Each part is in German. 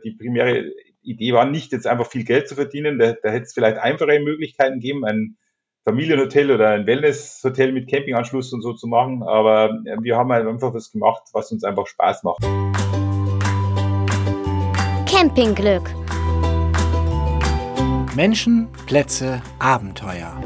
die primäre Idee war nicht, jetzt einfach viel Geld zu verdienen. Da hätte es vielleicht einfache Möglichkeiten gegeben, ein Familienhotel oder ein Wellnesshotel mit Campinganschluss und so zu machen. Aber wir haben halt einfach was gemacht, was uns einfach Spaß macht. Campingglück. Menschen, Plätze, Abenteuer.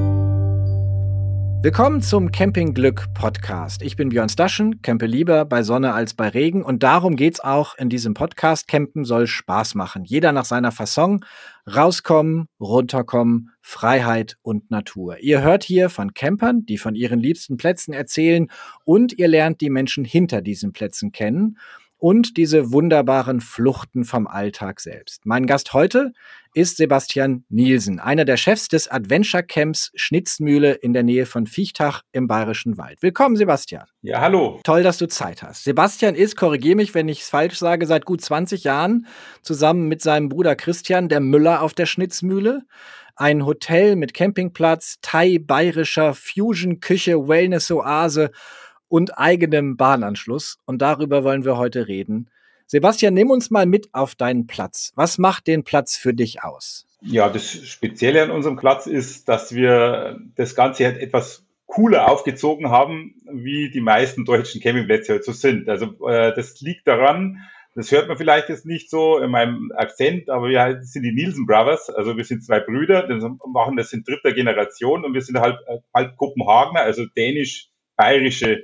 Willkommen zum Campingglück-Podcast. Ich bin Björn Staschen, campe lieber bei Sonne als bei Regen und darum geht's auch in diesem Podcast. Campen soll Spaß machen. Jeder nach seiner Fasson. Rauskommen, runterkommen, Freiheit und Natur. Ihr hört hier von Campern, die von ihren liebsten Plätzen erzählen und ihr lernt die Menschen hinter diesen Plätzen kennen und diese wunderbaren Fluchten vom Alltag selbst. Mein Gast heute ist Sebastian Nielsen, einer der Chefs des Adventure Camps Schnitzmühle in der Nähe von Viechtach im Bayerischen Wald. Willkommen, Sebastian. Ja, hallo. Toll, dass du Zeit hast. Sebastian ist, korrigiere mich, wenn ich es falsch sage, seit gut 20 Jahren zusammen mit seinem Bruder Christian der Müller auf der Schnitzmühle. Ein Hotel mit Campingplatz, Thai-bayerischer Fusion-Küche, Wellness-Oase und eigenem Bahnanschluss. Und darüber wollen wir heute reden. Sebastian, nimm uns mal mit auf deinen Platz. Was macht den Platz für dich aus? Ja, das Spezielle an unserem Platz ist, dass wir das Ganze halt etwas cooler aufgezogen haben, wie die meisten deutschen Campingplätze halt so sind. Also das liegt daran, das hört man vielleicht jetzt nicht so in meinem Akzent, aber wir halt sind die Nielsen Brothers, also wir sind zwei Brüder, die machen das in dritter Generation und wir sind halt Kopenhagener, also dänisch-bayerische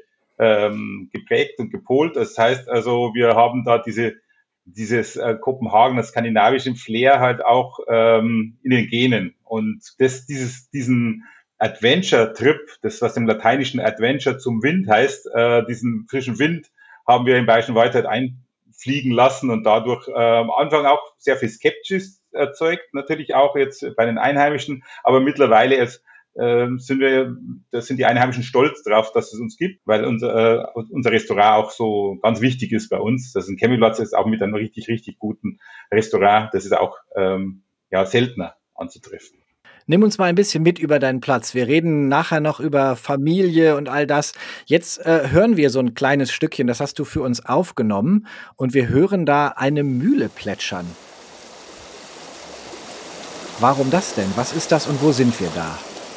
geprägt und gepolt. Das heißt also, wir haben da dieses Kopenhagener skandinavischen Flair halt auch in den Genen. Und diesen Adventure-Trip, das was im lateinischen Adventure zum Wind heißt, diesen frischen Wind haben wir im Bayerischen Wald halt einfliegen lassen und dadurch am Anfang auch sehr viel Skepsis erzeugt, natürlich auch jetzt bei den Einheimischen, aber mittlerweile sind die Einheimischen stolz drauf, dass es uns gibt, weil unser Restaurant auch so ganz wichtig ist bei uns. Das ist ein Campingplatz, ist auch mit einem richtig, richtig guten Restaurant. Das ist auch seltener anzutreffen. Nimm uns mal ein bisschen mit über deinen Platz. Wir reden nachher noch über Familie und all das. Jetzt hören wir so ein kleines Stückchen, das hast du für uns aufgenommen. Und wir hören da eine Mühle plätschern. Warum das denn? Was ist das und wo sind wir da?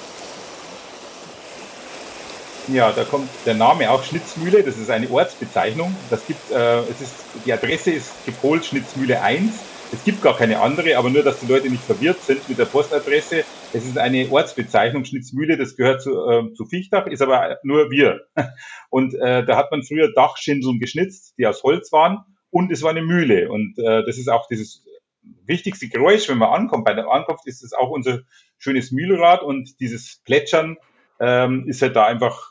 Ja, da kommt der Name auch Schnitzmühle, das ist eine Ortsbezeichnung. Die Adresse ist gepolt Schnitzmühle 1. Es gibt gar keine andere, aber nur, dass die Leute nicht verwirrt sind mit der Postadresse. Es ist eine Ortsbezeichnung, Schnitzmühle, das gehört zu Viechtach, ist aber nur wir. Und da hat man früher Dachschindeln geschnitzt, die aus Holz waren und es war eine Mühle. Und das ist auch dieses wichtigste Geräusch, wenn man ankommt. Bei der Ankunft ist es auch unser schönes Mühlrad und dieses Plätschern ist halt da einfach,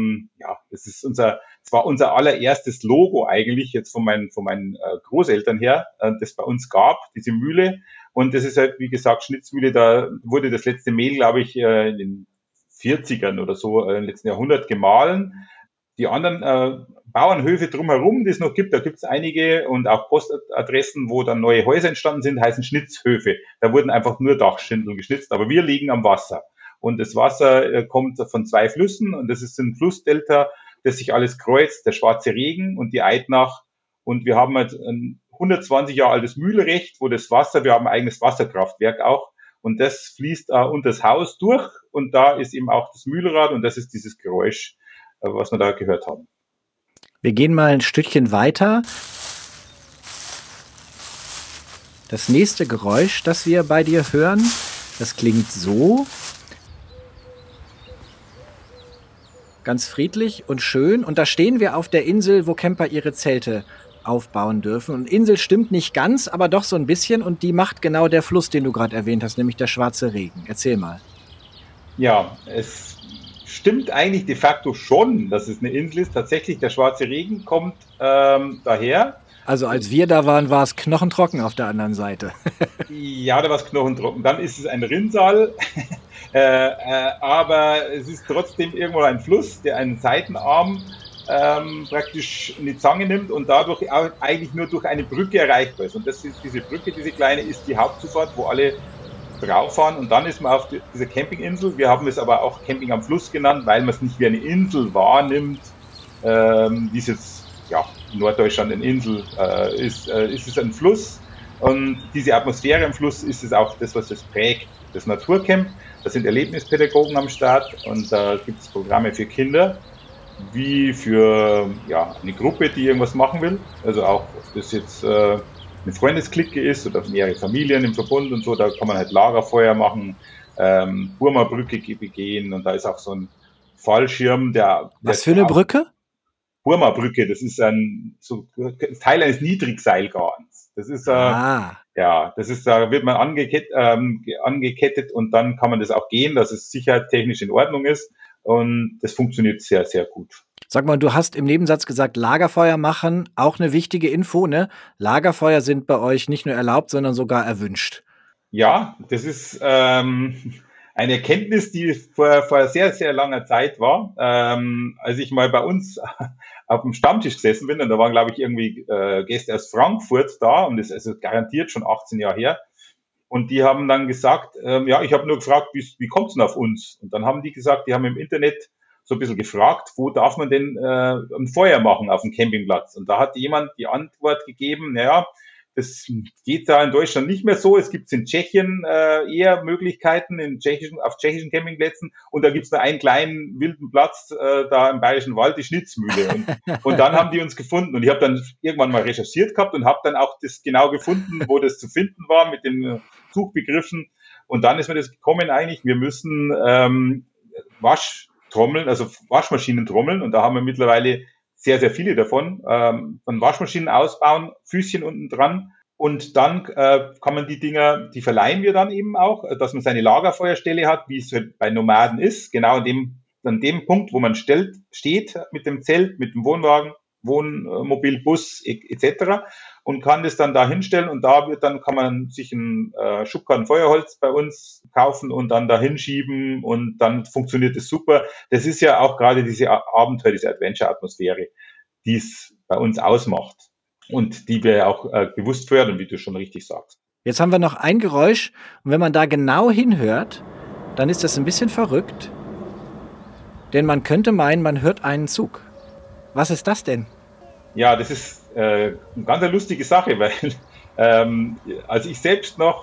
es war unser allererstes Logo eigentlich jetzt von meinen Großeltern her, das bei uns gab, diese Mühle. Und das ist halt, wie gesagt, Schnitzmühle, da wurde das letzte Mehl, glaube ich, in den 40ern oder so, im letzten Jahrhundert gemahlen. Die anderen Bauernhöfe drumherum, die es noch gibt, da gibt es einige und auch Postadressen, wo dann neue Häuser entstanden sind, heißen Schnitzhöfe. Da wurden einfach nur Dachschindeln geschnitzt, aber wir liegen am Wasser. Und das Wasser kommt von zwei Flüssen und das ist ein Flussdelta, das sich alles kreuzt, der Schwarze Regen und die Eidnach. Und wir haben halt ein 120 Jahre altes Mühlrecht, wo wir haben ein eigenes Wasserkraftwerk auch. Und das fließt unter das Haus durch und da ist eben auch das Mühlrad und das ist dieses Geräusch, was wir da gehört haben. Wir gehen mal ein Stückchen weiter. Das nächste Geräusch, das wir bei dir hören, das klingt so. Ganz friedlich und schön. Und da stehen wir auf der Insel, wo Camper ihre Zelte aufbauen dürfen. Und Insel stimmt nicht ganz, aber doch so ein bisschen. Und die macht genau der Fluss, den du gerade erwähnt hast, nämlich der Schwarze Regen. Erzähl mal. Ja, es stimmt eigentlich de facto schon, dass es eine Insel ist. Tatsächlich, der Schwarze Regen kommt daher. Also als wir da waren, war es knochentrocken auf der anderen Seite. Ja, da war es knochentrocken. Dann ist es ein Rinnsal. Aber es ist trotzdem irgendwo ein Fluss, der einen Seitenarm praktisch in die Zange nimmt und dadurch auch eigentlich nur durch eine Brücke erreichbar ist. Und das ist diese Brücke, diese kleine, ist die Hauptzufahrt, wo alle drauf fahren. Und dann ist man auf dieser Campinginsel. Wir haben es aber auch Camping am Fluss genannt, weil man es nicht wie eine Insel wahrnimmt, wie es jetzt in Norddeutschland eine Insel ist. Ist es ein Fluss Und diese Atmosphäre am Schluss ist es auch das, was es prägt. Das Naturcamp, da sind Erlebnispädagogen am Start und da gibt es Programme für Kinder, wie für eine Gruppe, die irgendwas machen will. Also auch, ob das jetzt eine Freundesklicke ist oder mehrere Familien im Verbund und so, da kann man halt Lagerfeuer machen, Burma-Brücke begehen und da ist auch so ein Fallschirm, Was für eine Brücke? Burma-Brücke, das ist Teil eines Niedrigseilgarns. Das ist da wird man angekettet und dann kann man das auch gehen, dass es sicherheitstechnisch in Ordnung ist und das funktioniert sehr, sehr gut. Sag mal, du hast im Nebensatz gesagt, Lagerfeuer machen, auch eine wichtige Info, ne? Lagerfeuer sind bei euch nicht nur erlaubt, sondern sogar erwünscht. Ja, das ist eine Erkenntnis, die vor sehr, sehr langer Zeit war. Als ich mal bei uns auf dem Stammtisch gesessen bin, und da waren, glaube ich, irgendwie Gäste aus Frankfurt da, und das ist also garantiert schon 18 Jahre her. Und die haben dann gesagt, ich habe nur gefragt, wie kommt's denn auf uns? Und dann haben die gesagt, die haben im Internet so ein bisschen gefragt, wo darf man denn ein Feuer machen auf dem Campingplatz? Und da hat jemand die Antwort gegeben, das geht da in Deutschland nicht mehr so. Es gibt in Tschechien eher Möglichkeiten auf tschechischen Campingplätzen. Und da gibt es nur einen kleinen wilden Platz da im Bayerischen Wald, die Schnitzmühle. Und dann haben die uns gefunden. Und ich habe dann irgendwann mal recherchiert gehabt und habe dann auch das genau gefunden, wo das zu finden war mit den Suchbegriffen. Und dann ist mir das gekommen eigentlich, wir müssen Waschtrommeln, also Waschmaschinen trommeln. Und da haben wir mittlerweile sehr, sehr viele davon, von Waschmaschinen ausbauen, Füßchen unten dran und dann kann man die Dinger, die verleihen wir dann eben auch, dass man seine Lagerfeuerstelle hat, wie es bei Nomaden ist, genau an dem Punkt, wo man steht mit dem Zelt, mit dem Wohnwagen, Wohnmobil, Bus etc. und kann das dann da hinstellen und kann man sich ein Schubkarren Feuerholz bei uns kaufen und dann da hinschieben und dann funktioniert es super. Das ist ja auch gerade diese Abenteuer, diese Adventure-Atmosphäre, die es bei uns ausmacht und die wir auch bewusst fördern, wie du schon richtig sagst. Jetzt haben wir noch ein Geräusch und wenn man da genau hinhört, dann ist das ein bisschen verrückt, denn man könnte meinen, man hört einen Zug. Was ist das denn? Ja, das ist eine ganz lustige Sache, weil als ich selbst noch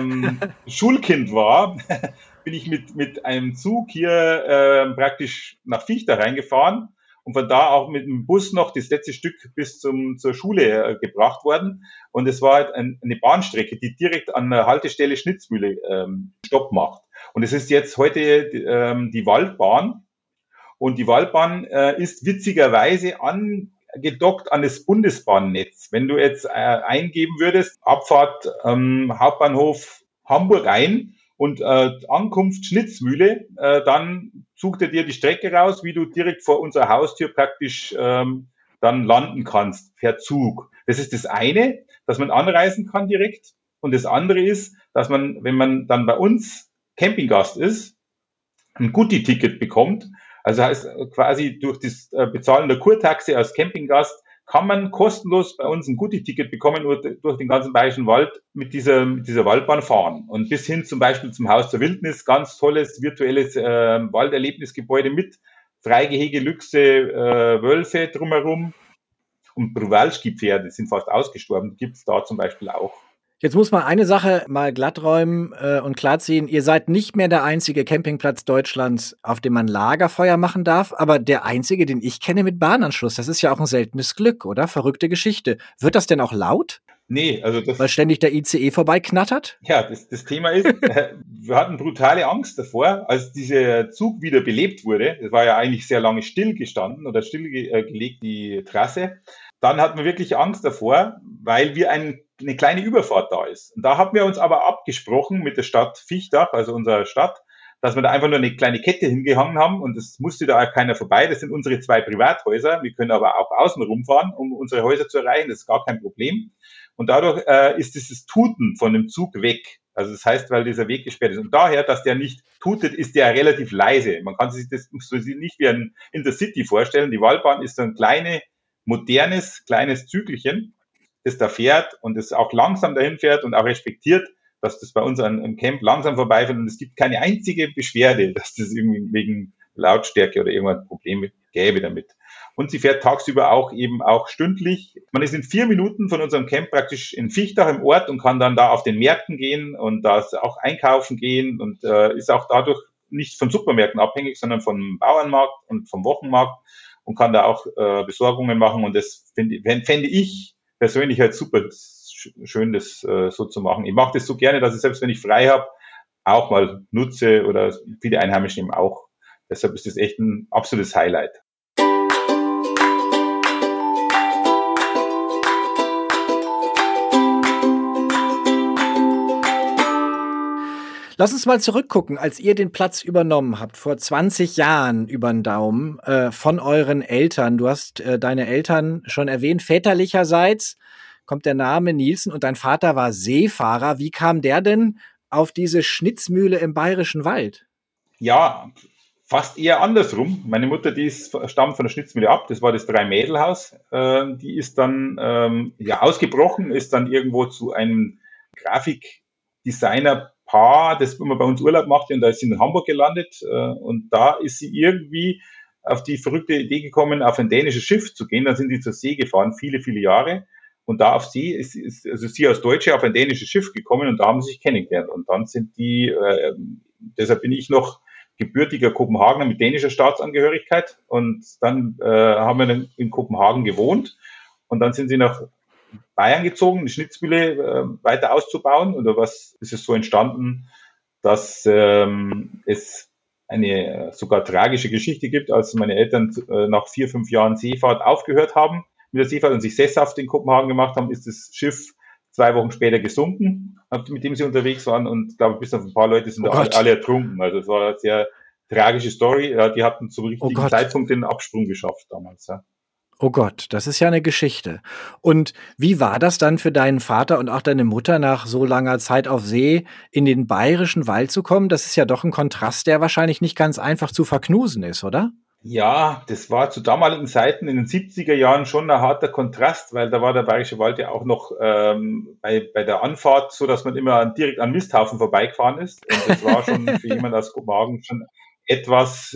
Schulkind war, bin ich mit einem Zug hier praktisch nach Viechter reingefahren und von da auch mit dem Bus noch das letzte Stück bis zur Schule gebracht worden. Und es war halt eine Bahnstrecke, die direkt an der Haltestelle Schnitzmühle Stopp macht. Und es ist jetzt heute die Waldbahn. Und die Waldbahn ist witzigerweise angedockt an das Bundesbahnnetz. Wenn du jetzt eingeben würdest, Abfahrt Hauptbahnhof Hamburg ein und Ankunft Schnitzmühle, dann sucht er dir die Strecke raus, wie du direkt vor unserer Haustür praktisch dann landen kannst per Zug. Das ist das eine, dass man anreisen kann direkt. Und das andere ist, dass man, wenn man dann bei uns Campinggast ist, ein Gutti-Ticket bekommt. Also heißt quasi durch das Bezahlen der Kurtaxe als Campinggast kann man kostenlos bei uns ein Gutti-Ticket bekommen und durch den ganzen Bayerischen Wald mit dieser Waldbahn fahren. Und bis hin zum Beispiel zum Haus der Wildnis, ganz tolles virtuelles Walderlebnisgebäude mit Freigehege, Luchse, Wölfe drumherum. Und Przewalski-Pferde sind fast ausgestorben, gibt es da zum Beispiel auch. Jetzt muss man eine Sache mal glatträumen und klarziehen. Ihr seid nicht mehr der einzige Campingplatz Deutschlands, auf dem man Lagerfeuer machen darf, aber der einzige, den ich kenne mit Bahnanschluss. Das ist ja auch ein seltenes Glück, oder? Verrückte Geschichte. Wird das denn auch laut? Nee, also weil ständig der ICE vorbeiknattert? Ja, das Thema ist, wir hatten brutale Angst davor, als dieser Zug wieder belebt wurde. Das war ja eigentlich sehr lange stillgestanden oder stillgelegt, die Trasse. Dann hatten wir wirklich Angst davor, weil eine kleine Überfahrt da ist. Und da haben wir uns aber abgesprochen mit der Stadt Viechtach, also unserer Stadt, dass wir da einfach nur eine kleine Kette hingehangen haben und es musste da auch keiner vorbei. Das sind unsere 2 Privathäuser. Wir können aber auch außen rumfahren, um unsere Häuser zu erreichen. Das ist gar kein Problem. Und dadurch ist dieses Tuten von dem Zug weg. Also das heißt, weil dieser Weg gesperrt ist. Und daher, dass der nicht tutet, ist der relativ leise. Man kann sich das nicht wie ein Intercity vorstellen. Die Waldbahn ist so ein kleines Zügelchen, das da fährt und das auch langsam dahin fährt und auch respektiert, dass das bei uns im Camp langsam vorbeifährt und es gibt keine einzige Beschwerde, dass das irgendwie wegen Lautstärke oder irgendwas Probleme gäbe damit. Und sie fährt tagsüber auch eben auch stündlich. Man ist in 4 Minuten von unserem Camp praktisch in Vichtach im Ort und kann dann da auf den Märkten gehen und da auch einkaufen gehen und ist auch dadurch nicht von Supermärkten abhängig, sondern vom Bauernmarkt und vom Wochenmarkt und kann da auch Besorgungen machen. Und das fände ich persönlich halt super schön, das so zu machen. Ich mache das so gerne, dass ich selbst, wenn ich frei habe, auch mal nutze oder viele Einheimischen eben auch. Deshalb ist das echt ein absolutes Highlight. Lass uns mal zurückgucken, als ihr den Platz übernommen habt, vor 20 Jahren über den Daumen, von euren Eltern. Du hast deine Eltern schon erwähnt, väterlicherseits kommt der Name Nielsen und dein Vater war Seefahrer. Wie kam der denn auf diese Schnitzmühle im Bayerischen Wald? Ja, fast eher andersrum. Meine Mutter, stammt von der Schnitzmühle ab. Das war das Drei-Mädel-Haus. Die ist dann ausgebrochen, ist dann irgendwo zu einem Grafikdesigner-Paar, das immer bei uns Urlaub machte, und da ist sie in Hamburg gelandet. Und da ist sie irgendwie auf die verrückte Idee gekommen, auf ein dänisches Schiff zu gehen. Dann sind die zur See gefahren, viele, viele Jahre. Und da auf See ist sie als Deutsche auf ein dänisches Schiff gekommen und da haben sie sich kennengelernt. Und dann sind die, deshalb bin ich noch gebürtiger Kopenhagener mit dänischer Staatsangehörigkeit. Und dann haben wir in Kopenhagen gewohnt. Und dann sind sie nach Bayern gezogen, die Schnitzmühle weiter auszubauen. Oder was ist es so entstanden, dass es eine sogar tragische Geschichte gibt, als meine Eltern nach 4, 5 Jahren Seefahrt aufgehört haben mit der Seefahrt und sich sesshaft in Kopenhagen gemacht haben, ist das Schiff 2 Wochen später gesunken, mit dem sie unterwegs waren, und ich glaube, bis auf ein paar Leute sind alle ertrunken. Also es war eine sehr tragische Story. Ja, die hatten zum richtigen Zeitpunkt den Absprung geschafft damals. Ja. Oh Gott, das ist ja eine Geschichte. Und wie war das dann für deinen Vater und auch deine Mutter, nach so langer Zeit auf See in den Bayerischen Wald zu kommen? Das ist ja doch ein Kontrast, der wahrscheinlich nicht ganz einfach zu verknusen ist, oder? Ja, das war zu damaligen Zeiten in den 70er Jahren schon ein harter Kontrast, weil da war der Bayerische Wald ja auch noch bei der Anfahrt so, dass man immer direkt an Misthaufen vorbeigefahren ist. Und das war schon für jemanden aus Kopenhagen schon etwas,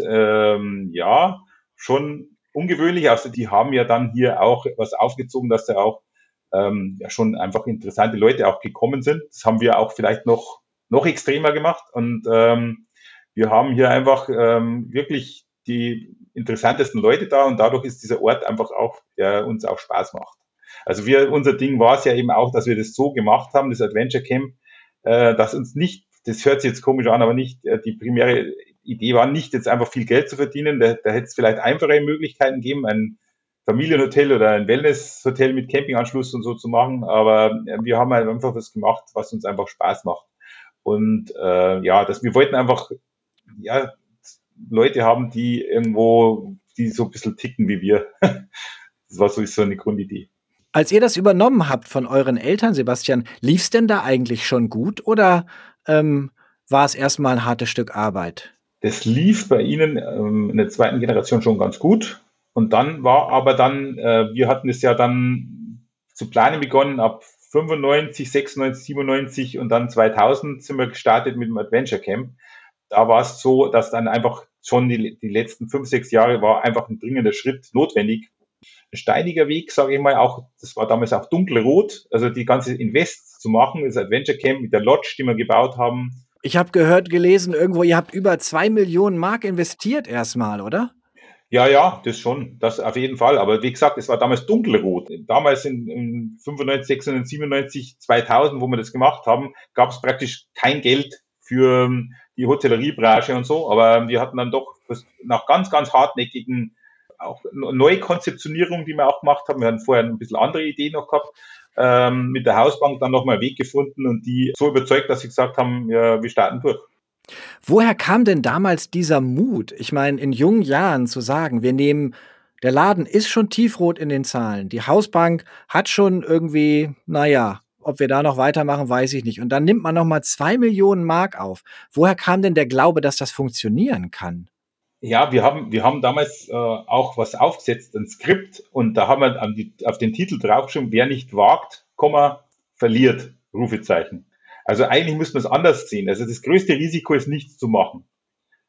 schon ungewöhnlich. Also die haben ja dann hier auch was aufgezogen, dass da auch schon einfach interessante Leute auch gekommen sind. Das haben wir auch vielleicht noch extremer gemacht. Und wir haben hier einfach wirklich die interessantesten Leute da, und dadurch ist dieser Ort einfach auch, der uns auch Spaß macht. Also unser Ding war es ja eben auch, dass wir das so gemacht haben, das Adventure Camp, dass uns nicht, das hört sich jetzt komisch an, aber nicht, die primäre Idee war nicht, jetzt einfach viel Geld zu verdienen. Da hätte es vielleicht einfache Möglichkeiten gegeben, ein Familienhotel oder ein Wellnesshotel mit Campinganschluss und so zu machen, aber wir haben halt einfach was gemacht, was uns einfach Spaß macht. Und wir wollten einfach Leute haben, die so ein bisschen ticken wie wir. Das war so eine Grundidee. Als ihr das übernommen habt von euren Eltern, Sebastian, lief's denn da eigentlich schon gut oder war es erstmal ein hartes Stück Arbeit? Das lief bei ihnen in der zweiten Generation schon ganz gut. Und dann wir hatten es ja dann zu planen begonnen, ab 95, 96, 97 und dann 2000 sind wir gestartet mit dem Adventure Camp. Da war es so, dass dann einfach schon die letzten 5, 6 Jahre war einfach ein dringender Schritt notwendig. Ein steiniger Weg, sage ich mal, auch, das war damals auch dunkelrot, also die ganze Invest zu machen, das Adventure Camp mit der Lodge, die wir gebaut haben. Ich habe gelesen irgendwo, ihr habt über 2 Millionen Mark investiert erstmal, oder? Ja, das schon, das auf jeden Fall. Aber wie gesagt, es war damals dunkelrot. Damals in 95, 96, 97, 2000, wo wir das gemacht haben, gab es praktisch kein Geld für die Hotelleriebranche und so. Aber wir hatten dann doch nach ganz, ganz hartnäckigen auch Neukonzeptionierung, die wir auch gemacht haben. Wir hatten vorher ein bisschen andere Ideen noch gehabt. Mit der Hausbank dann nochmal einen Weg gefunden und die so überzeugt, dass sie gesagt haben, ja, wir starten durch. Woher kam denn damals dieser Mut? Ich meine, in jungen Jahren zu sagen, der Laden ist schon tiefrot in den Zahlen, die Hausbank hat schon irgendwie, ob wir da noch weitermachen, weiß ich nicht. Und dann nimmt man nochmal 2 Millionen Mark auf. Woher kam denn der Glaube, dass das funktionieren kann? Ja, wir haben damals auch was aufgesetzt, ein Skript, und da haben wir auf den Titel draufgeschrieben, wer nicht wagt, verliert, Rufezeichen. Also eigentlich müsste man es anders sehen. Also das größte Risiko ist, nichts zu machen.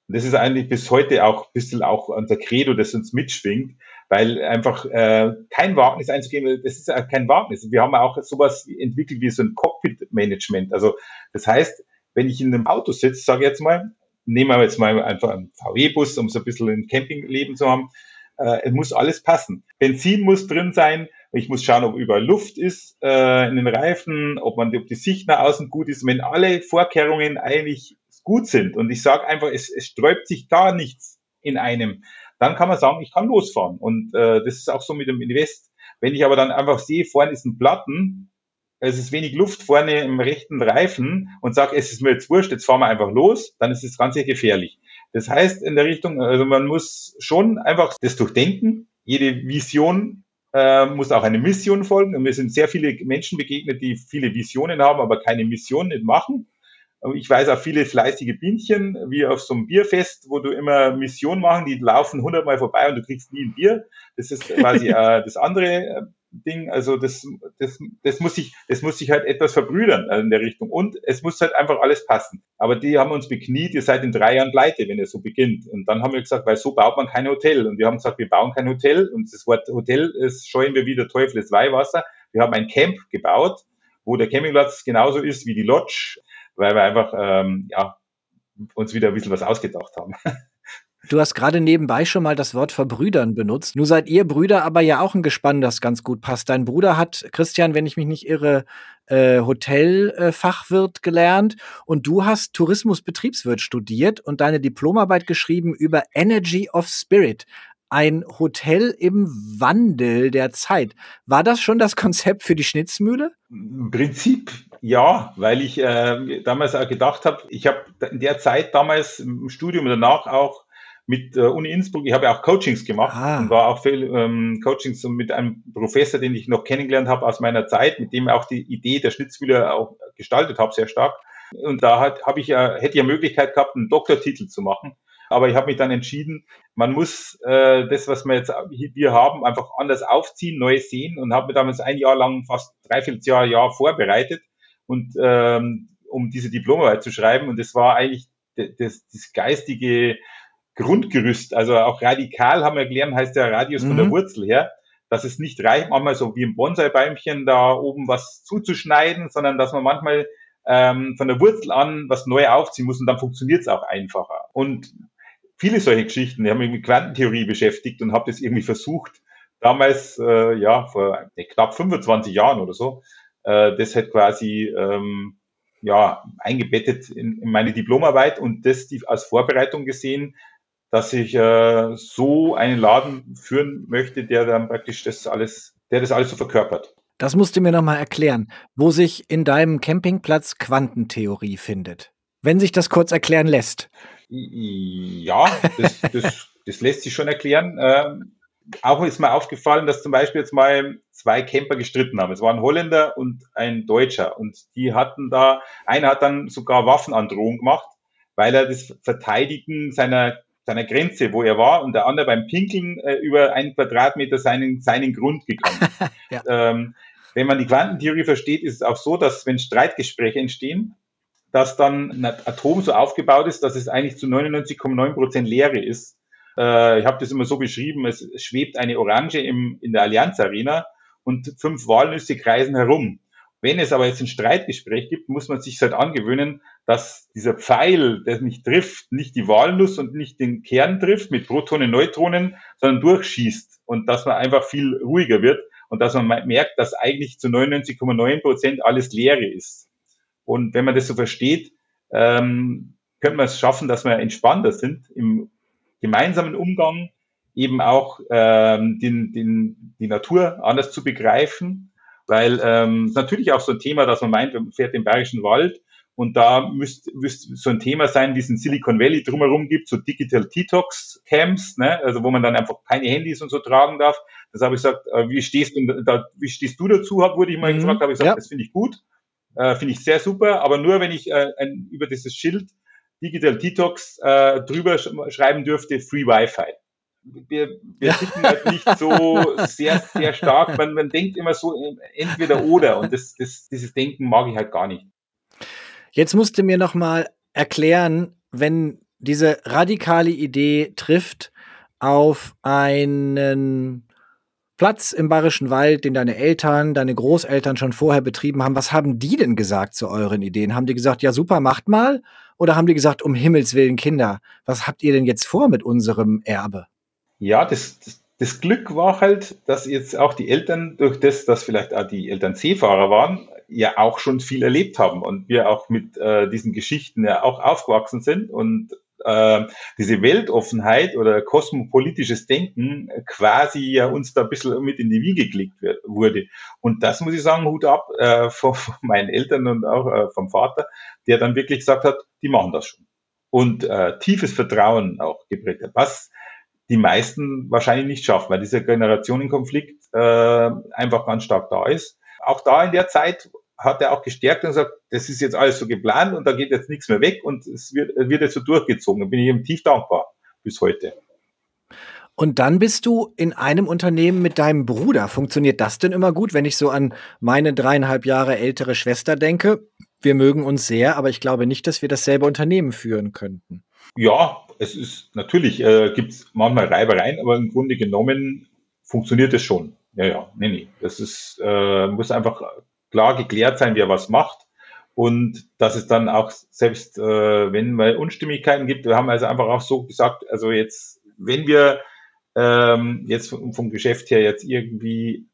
Und das ist eigentlich bis heute auch ein bisschen auch unser Credo, das uns mitschwingt, weil einfach kein Wagnis einzugehen, das ist ja kein Wagnis. Wir haben auch sowas entwickelt wie so ein Cockpit-Management. Also das heißt, wenn ich in einem Auto sitze, sage ich jetzt mal, nehmen wir jetzt mal einfach einen VW-Bus, um so ein bisschen ein Campingleben zu haben, es muss alles passen. Benzin muss drin sein, ich muss schauen, ob überall Luft ist in den Reifen, ob die Sicht nach außen gut ist. Wenn alle Vorkehrungen eigentlich gut sind und ich sage einfach, es sträubt sich gar nichts in einem, dann kann man sagen, ich kann losfahren. Und das ist auch so mit dem Invest. Wenn ich aber dann einfach sehe, vorne ist ein Platten, es ist wenig Luft vorne im rechten Reifen und sage, es ist mir jetzt wurscht, jetzt fahren wir einfach los, dann ist das Ganze gefährlich. Das heißt in der Richtung, also man muss schon einfach das durchdenken. Jede Vision muss auch eine Mission folgen. Und mir sind sehr viele Menschen begegnet, die viele Visionen haben, aber keine Mission nicht machen. Ich weiß auch viele fleißige Bienchen, wie auf so einem Bierfest, wo du immer Mission machen, die laufen 100-mal vorbei und du kriegst nie ein Bier. Das ist quasi das andere Ding. Also das muss sich halt etwas verbrüdern in der Richtung. Und es muss halt einfach alles passen. Aber die haben uns bekniet, ihr seid in 3 Jahren pleite, wenn ihr so beginnt. Und dann haben wir gesagt, weil so baut man kein Hotel. Und wir haben gesagt, wir bauen kein Hotel. Und das Wort Hotel, das scheuen wir wie der Teufel das Weihwasser. Wir haben ein Camp gebaut, wo der Campingplatz genauso ist wie die Lodge, weil wir einfach uns wieder ein bisschen was ausgedacht haben. Du hast gerade nebenbei schon mal das Wort verbrüdern benutzt. Nun seid ihr Brüder aber ja auch ein Gespann, das ganz gut passt. Dein Bruder hat, Christian, wenn ich mich nicht irre, Hotelfachwirt gelernt und du hast Tourismusbetriebswirt studiert und deine Diplomarbeit geschrieben über Energy of Spirit. Ein Hotel im Wandel der Zeit. War das schon das Konzept für die Schnitzmühle? Im Prinzip ja, weil ich damals auch gedacht habe, ich habe in der Zeit damals im Studium danach auch mit Uni Innsbruck, ich habe ja auch Coachings gemacht und war auch viel Coachings mit einem Professor, den ich noch kennengelernt habe aus meiner Zeit, mit dem auch die Idee der Schnitzmühle auch gestaltet habe, sehr stark. Und da hätte ich ja Möglichkeit gehabt, einen Doktortitel zu machen. Aber ich habe mich dann entschieden, man muss das, was wir jetzt hier haben, einfach anders aufziehen, neu sehen und habe mir damals ein Jahr lang, fast 3/4 Jahr vorbereitet und um diese Diplomarbeit zu schreiben. Und das war eigentlich das geistige Grundgerüst. Also auch radikal haben wir gelernt, heißt der Radius von der Wurzel her, dass es nicht reicht, manchmal so wie im Bonsai-Bäumchen da oben was zuzuschneiden, sondern dass man manchmal von der Wurzel an was neu aufziehen muss und dann funktioniert es auch einfacher. Und viele solche Geschichten. Ich habe mich mit Quantentheorie beschäftigt und habe das irgendwie versucht, damals, vor knapp 25 Jahren oder so, das halt quasi eingebettet in meine Diplomarbeit und das als Vorbereitung gesehen, dass ich so einen Laden führen möchte, der dann praktisch das alles so verkörpert. Das musst du mir noch mal erklären, wo sich in deinem Campingplatz Quantentheorie findet. Wenn sich das kurz erklären lässt. Ja, das lässt sich schon erklären. Auch ist mir aufgefallen, dass zum Beispiel jetzt mal 2 Camper gestritten haben. Es war ein Holländer und ein Deutscher. Und einer hat dann sogar Waffenandrohung gemacht, weil er das Verteidigen seiner Grenze, wo er war, und der andere beim Pinkeln über 1 Quadratmeter seinen Grund gegangen. Ja. Wenn man die Quantentheorie versteht, ist es auch so, dass wenn Streitgespräche entstehen, dass dann ein Atom so aufgebaut ist, dass es eigentlich zu 99,9% Leere ist. Ich habe das immer so beschrieben, es schwebt eine Orange in der Allianz Arena und 5 Walnüsse kreisen herum. Wenn es aber jetzt ein Streitgespräch gibt, muss man sich halt angewöhnen, dass dieser Pfeil, der nicht trifft, nicht die Walnuss und nicht den Kern trifft mit Protonen, Neutronen, sondern durchschießt und dass man einfach viel ruhiger wird und dass man merkt, dass eigentlich zu 99,9% alles Leere ist. Und wenn man das so versteht, könnte man es schaffen, dass wir entspannter sind im gemeinsamen Umgang, eben auch die Natur anders zu begreifen, weil ist natürlich auch so ein Thema, dass man meint, man fährt im Bayerischen Wald und da müsste so ein Thema sein, wie es in Silicon Valley drumherum gibt, so Digital Detox Camps, ne? Also wo man dann einfach keine Handys und so tragen darf. Das habe ich gesagt, wie stehst du dazu, wurde ich mal gefragt, habe ich gesagt, das finde ich gut. Finde ich sehr super, aber nur wenn ich über dieses Schild Digital Detox drüber schreiben dürfte, Free Wi-Fi. Wir ticken halt nicht so sehr, sehr stark. Man denkt immer so entweder oder und dieses Denken mag ich halt gar nicht. Jetzt musst du mir noch mal erklären, wenn diese radikale Idee trifft auf einen Platz im Bayerischen Wald, den deine Eltern, deine Großeltern schon vorher betrieben haben. Was haben die denn gesagt zu euren Ideen? Haben die gesagt, ja super, macht mal? Oder haben die gesagt, um Himmels Willen, Kinder, was habt ihr denn jetzt vor mit unserem Erbe? Ja, das Glück war halt, dass jetzt auch die Eltern, durch das, dass vielleicht auch die Eltern Seefahrer waren, ja auch schon viel erlebt haben und wir auch mit diesen Geschichten ja auch aufgewachsen sind und diese Weltoffenheit oder kosmopolitisches Denken quasi ja uns da ein bisschen mit in die Wiege gelegt wurde. Und das muss ich sagen, Hut ab von meinen Eltern und auch vom Vater, der dann wirklich gesagt hat, die machen das schon. Und tiefes Vertrauen auch geprägt hat, was die meisten wahrscheinlich nicht schaffen, weil dieser Generationenkonflikt einfach ganz stark da ist. Auch da in der Zeit hat er auch gestärkt und gesagt, das ist jetzt alles so geplant und da geht jetzt nichts mehr weg und es wird jetzt so durchgezogen. Da bin ich ihm tief dankbar bis heute. Und dann bist du in einem Unternehmen mit deinem Bruder. Funktioniert das denn immer gut, wenn ich so an meine 3,5 Jahre ältere Schwester denke? Wir mögen uns sehr, aber ich glaube nicht, dass wir dasselbe Unternehmen führen könnten. Ja, es ist natürlich, gibt es manchmal Reibereien, aber im Grunde genommen funktioniert es schon. Ja, nee. Das ist, muss einfach klar geklärt sein, wer was macht. Und dass es dann auch, selbst wenn mal Unstimmigkeiten gibt, wir haben also einfach auch so gesagt, also jetzt, wenn wir jetzt vom Geschäft her jetzt irgendwie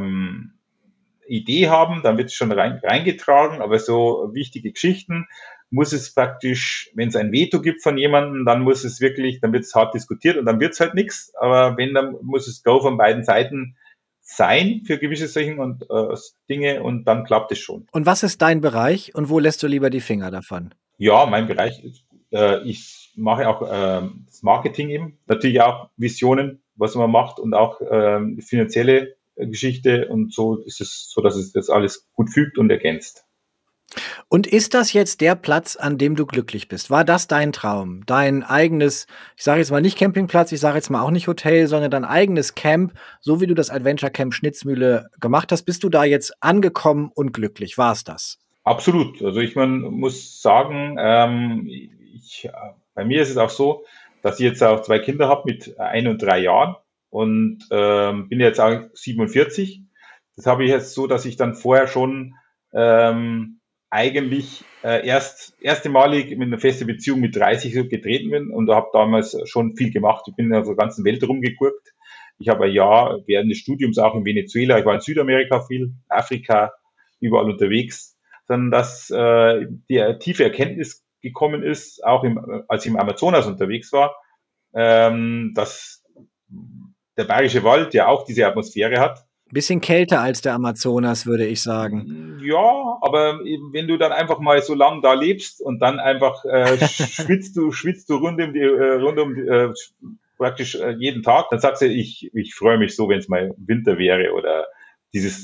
Idee haben, dann wird es schon reingetragen, aber so wichtige Geschichten muss es praktisch, wenn es ein Veto gibt von jemandem, dann muss es wirklich, dann wird es hart diskutiert und dann wird es halt nichts, aber wenn, dann muss es Go von beiden Seiten sein für gewisse Sachen und Dinge und dann klappt es schon. Und was ist dein Bereich und wo lässt du lieber die Finger davon? Ja, mein Bereich ist, ich mache auch das Marketing eben, natürlich auch Visionen, was man macht und auch finanzielle Geschichte und so ist es so, dass es das alles gut fügt und ergänzt. Und ist das jetzt der Platz, an dem du glücklich bist? War das dein Traum? Dein eigenes, ich sage jetzt mal nicht Campingplatz, ich sage jetzt mal auch nicht Hotel, sondern dein eigenes Camp, so wie du das Adventure Camp Schnitzmühle gemacht hast, bist du da jetzt angekommen und glücklich? War es das? Absolut. Also ich muss sagen, bei mir ist es auch so, dass ich jetzt auch 2 Kinder habe mit 1 und 3 Jahren und bin jetzt auch 47. Das habe ich jetzt so, dass ich dann vorher schon eigentlich erstmalig mit einer festen Beziehung mit 30 so getreten bin und habe damals schon viel gemacht. Ich bin in der ganzen Welt rumgegurkt. Ich habe ein Jahr während des Studiums auch in Venezuela, ich war in Südamerika viel, Afrika, überall unterwegs, sondern dass die tiefe Erkenntnis gekommen ist, auch als ich im Amazonas unterwegs war, dass der Bayerische Wald ja auch diese Atmosphäre hat. Bisschen kälter als der Amazonas, würde ich sagen. Ja, aber wenn du dann einfach mal so lang da lebst und dann einfach schwitzt du rund um die, praktisch jeden Tag, dann sagst du, ich freue mich so, wenn es mal Winter wäre oder dieses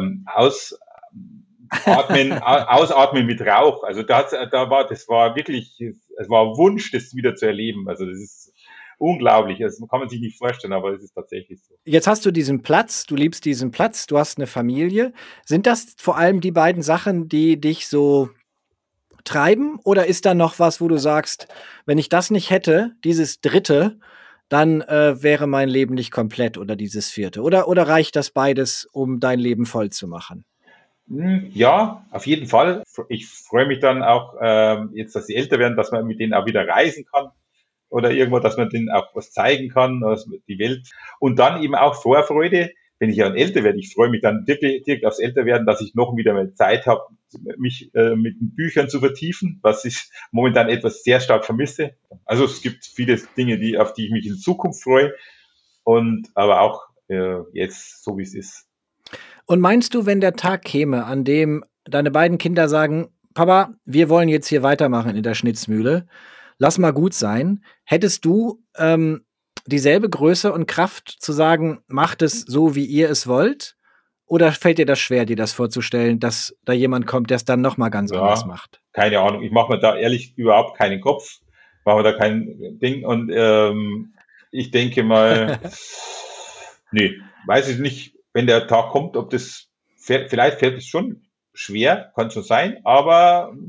Ausatmen mit Rauch. Also das war wirklich, es war ein Wunsch, das wieder zu erleben. Also das ist unglaublich. Das kann man sich nicht vorstellen, aber es ist tatsächlich so. Jetzt hast du diesen Platz, du liebst diesen Platz, du hast eine Familie. Sind das vor allem die beiden Sachen, die dich so treiben? Oder ist da noch was, wo du sagst, wenn ich das nicht hätte, dieses dritte, dann wäre mein Leben nicht komplett oder dieses vierte? Oder reicht das beides, um dein Leben voll zu machen? Ja, auf jeden Fall. Ich freue mich dann auch jetzt, dass sie älter werden, dass man mit denen auch wieder reisen kann oder irgendwo, dass man denen auch was zeigen kann, die Welt. Und dann eben auch Vorfreude, wenn ich dann älter werde. Ich freue mich dann direkt aufs Älterwerden, dass ich noch wieder mehr Zeit habe, mich mit den Büchern zu vertiefen, was ich momentan etwas sehr stark vermisse. Also es gibt viele Dinge, auf die ich mich in Zukunft freue und aber auch jetzt so, wie es ist. Und meinst du, wenn der Tag käme, an dem deine beiden Kinder sagen, Papa, wir wollen jetzt hier weitermachen in der Schnitzmühle, lass mal gut sein, hättest du dieselbe Größe und Kraft zu sagen, macht es so, wie ihr es wollt? Oder fällt dir das schwer, dir das vorzustellen, dass da jemand kommt, der es dann noch mal ganz anders macht? Keine Ahnung. Ich mache mir da ehrlich überhaupt keinen Kopf, mache mir da kein Ding und ich denke mal, nee, weiß ich nicht, wenn der Tag kommt, ob das, vielleicht fällt es schon schwer, kann schon sein, aber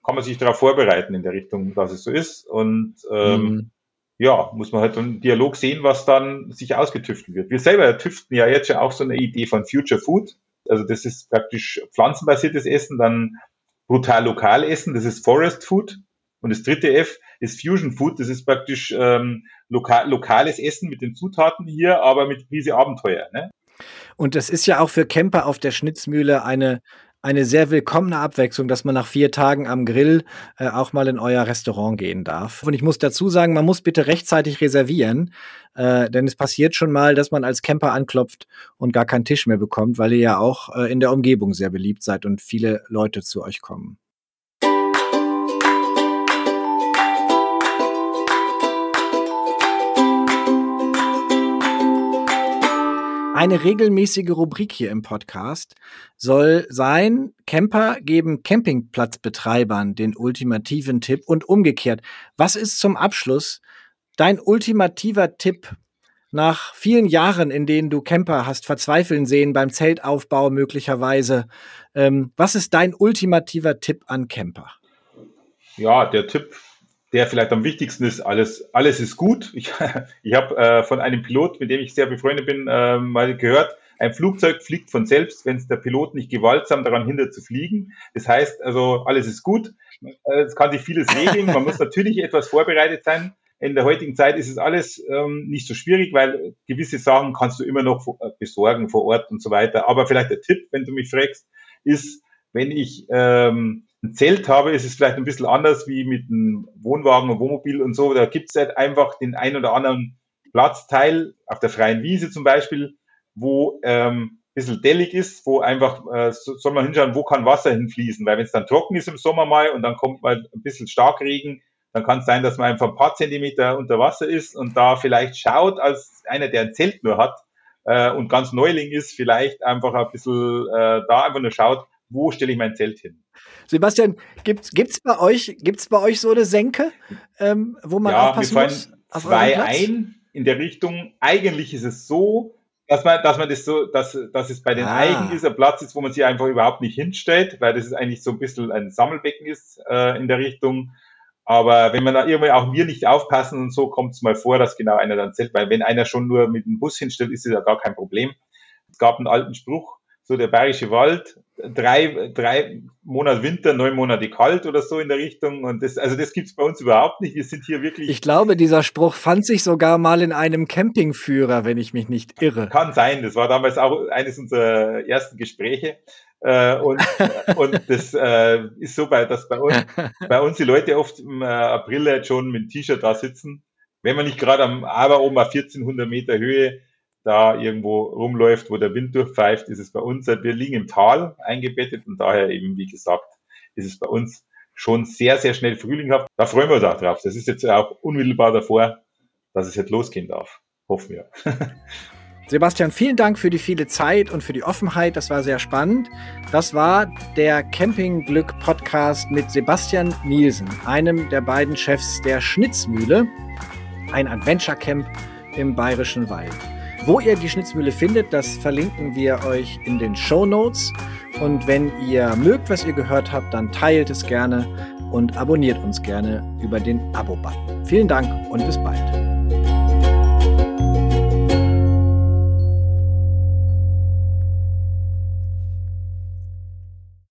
kann man sich darauf vorbereiten in der Richtung, dass es so ist. Und muss man halt einen Dialog sehen, was dann sich ausgetüftelt wird. Wir selber tüften ja jetzt schon auch so eine Idee von Future Food. Also das ist praktisch pflanzenbasiertes Essen, dann brutal lokal essen, das ist Forest Food. Und das dritte F ist Fusion Food, das ist praktisch lokales Essen mit den Zutaten hier, aber mit Prise Abenteuer. Ne? Und das ist ja auch für Camper auf der Schnitzmühle eine sehr willkommene Abwechslung, dass man nach 4 Tagen am Grill auch mal in euer Restaurant gehen darf. Und ich muss dazu sagen, man muss bitte rechtzeitig reservieren, denn es passiert schon mal, dass man als Camper anklopft und gar keinen Tisch mehr bekommt, weil ihr ja auch in der Umgebung sehr beliebt seid und viele Leute zu euch kommen. Eine regelmäßige Rubrik hier im Podcast soll sein, Camper geben Campingplatzbetreibern den ultimativen Tipp und umgekehrt. Was ist zum Abschluss dein ultimativer Tipp nach vielen Jahren, in denen du Camper hast verzweifeln sehen, beim Zeltaufbau möglicherweise? Was ist dein ultimativer Tipp an Camper? Ja, der Tipp, der vielleicht am wichtigsten ist, alles ist gut. Ich habe von einem Pilot, mit dem ich sehr befreundet bin, mal gehört, ein Flugzeug fliegt von selbst, wenn es der Pilot nicht gewaltsam daran hindert zu fliegen. Das heißt also, alles ist gut. Es kann sich vieles regeln. Man muss natürlich etwas vorbereitet sein. In der heutigen Zeit ist es alles nicht so schwierig, weil gewisse Sachen kannst du immer noch besorgen vor Ort und so weiter. Aber vielleicht der Tipp, wenn du mich fragst, ist, wenn ich ein Zelt habe, ist es vielleicht ein bisschen anders wie mit einem Wohnwagen und Wohnmobil und so. Da gibt es halt einfach den ein oder anderen Platzteil, auf der freien Wiese zum Beispiel, wo ein bisschen dellig ist, wo einfach, soll man hinschauen, wo kann Wasser hinfließen. Weil wenn es dann trocken ist im Sommer mal und dann kommt mal ein bisschen Starkregen, dann kann es sein, dass man einfach ein paar Zentimeter unter Wasser ist und da vielleicht schaut, als einer, der ein Zelt nur hat und ganz Neuling ist, vielleicht einfach ein bisschen da einfach nur schaut, wo stelle ich mein Zelt hin. Sebastian, gibt's bei euch so eine Senke, wo man aufpassen muss? Ja, mir fallen 2 ein in der Richtung. Eigentlich ist es so, dass es bei den Eigen dieser Platz ist, wo man sich einfach überhaupt nicht hinstellt, weil das ist eigentlich so ein bisschen ein Sammelbecken ist in der Richtung. Aber wenn man da irgendwie auch wir nicht aufpassen und so, kommt es mal vor, dass genau einer dann zählt, weil wenn einer schon nur mit dem Bus hinstellt, ist es ja gar kein Problem. Es gab einen alten Spruch, so der Bayerische Wald, 3 Monate Winter, 9 Monate kalt oder so in der Richtung. Und das gibt's bei uns überhaupt nicht. Wir sind hier wirklich. Ich glaube, dieser Spruch fand sich sogar mal in einem Campingführer, wenn ich mich nicht irre. Kann sein. Das war damals auch eines unserer ersten Gespräche. Und das ist so, dass bei uns die Leute oft im April jetzt schon mit dem T-Shirt da sitzen. Wenn man nicht gerade aber oben auf 1400 Meter Höhe da irgendwo rumläuft, wo der Wind durchpfeift, ist es bei uns, wir liegen im Tal eingebettet und daher eben, wie gesagt, ist es bei uns schon sehr, sehr schnell frühlinghaft. Da freuen wir uns auch drauf. Das ist jetzt auch unmittelbar davor, dass es jetzt losgehen darf. Hoffen wir. Sebastian, vielen Dank für die viele Zeit und für die Offenheit. Das war sehr spannend. Das war der Campingglück-Podcast mit Sebastian Nielsen, einem der beiden Chefs der Schnitzmühle, ein Adventure-Camp im Bayerischen Wald. Wo ihr die Schnitzmühle findet, das verlinken wir euch in den Shownotes. Und wenn ihr mögt, was ihr gehört habt, dann teilt es gerne und abonniert uns gerne über den Abo-Button. Vielen Dank und bis bald.